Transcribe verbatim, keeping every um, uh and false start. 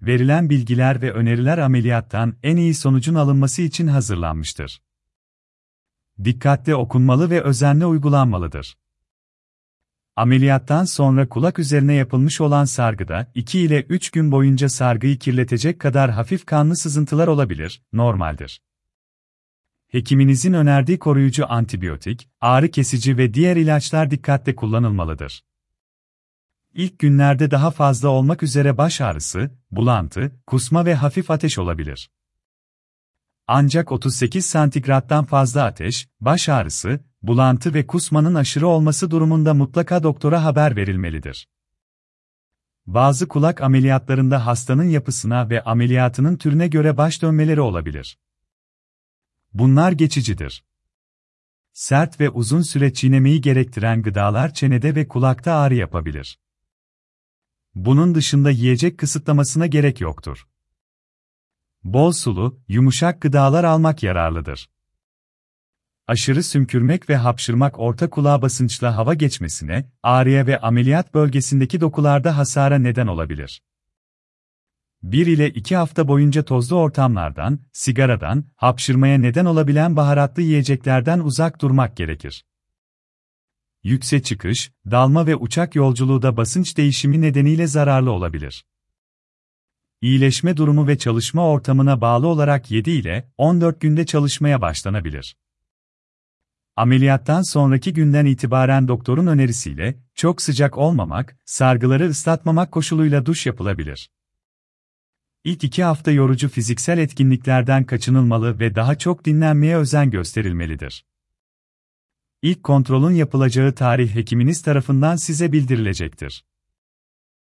verilen bilgiler ve öneriler ameliyattan en iyi sonucun alınması için hazırlanmıştır. Dikkatle okunmalı ve özenle uygulanmalıdır. Ameliyattan sonra kulak üzerine yapılmış olan sargıda iki ile üç gün boyunca sargıyı kirletecek kadar hafif kanlı sızıntılar olabilir, normaldir. Hekiminizin önerdiği koruyucu antibiyotik, ağrı kesici ve diğer ilaçlar dikkatle kullanılmalıdır. İlk günlerde daha fazla olmak üzere baş ağrısı, bulantı, kusma ve hafif ateş olabilir. Ancak otuz sekiz santigrattan fazla ateş, baş ağrısı, bulantı ve kusmanın aşırı olması durumunda mutlaka doktora haber verilmelidir. Bazı kulak ameliyatlarında hastanın yapısına ve ameliyatının türüne göre baş dönmeleri olabilir. Bunlar geçicidir. Sert ve uzun süre çiğnemeyi gerektiren gıdalar çenede ve kulakta ağrı yapabilir. Bunun dışında yiyecek kısıtlamasına gerek yoktur. Bol sulu, yumuşak gıdalar almak yararlıdır. Aşırı sümkürmek ve hapşırmak orta kulağa basınçla hava geçmesine, ağrıya ve ameliyat bölgesindeki dokularda hasara neden olabilir. bir ile iki hafta boyunca tozlu ortamlardan, sigaradan, hapşırmaya neden olabilen baharatlı yiyeceklerden uzak durmak gerekir. Yükse çıkış, dalma ve uçak yolculuğu da basınç değişimi nedeniyle zararlı olabilir. İyileşme durumu ve çalışma ortamına bağlı olarak yedi ile on dört günde çalışmaya başlanabilir. Ameliyattan sonraki günden itibaren doktorun önerisiyle, çok sıcak olmamak, sargıları ıslatmamak koşuluyla duş yapılabilir. İlk iki hafta yorucu fiziksel etkinliklerden kaçınılmalı ve daha çok dinlenmeye özen gösterilmelidir. İlk kontrolün yapılacağı tarih hekiminiz tarafından size bildirilecektir.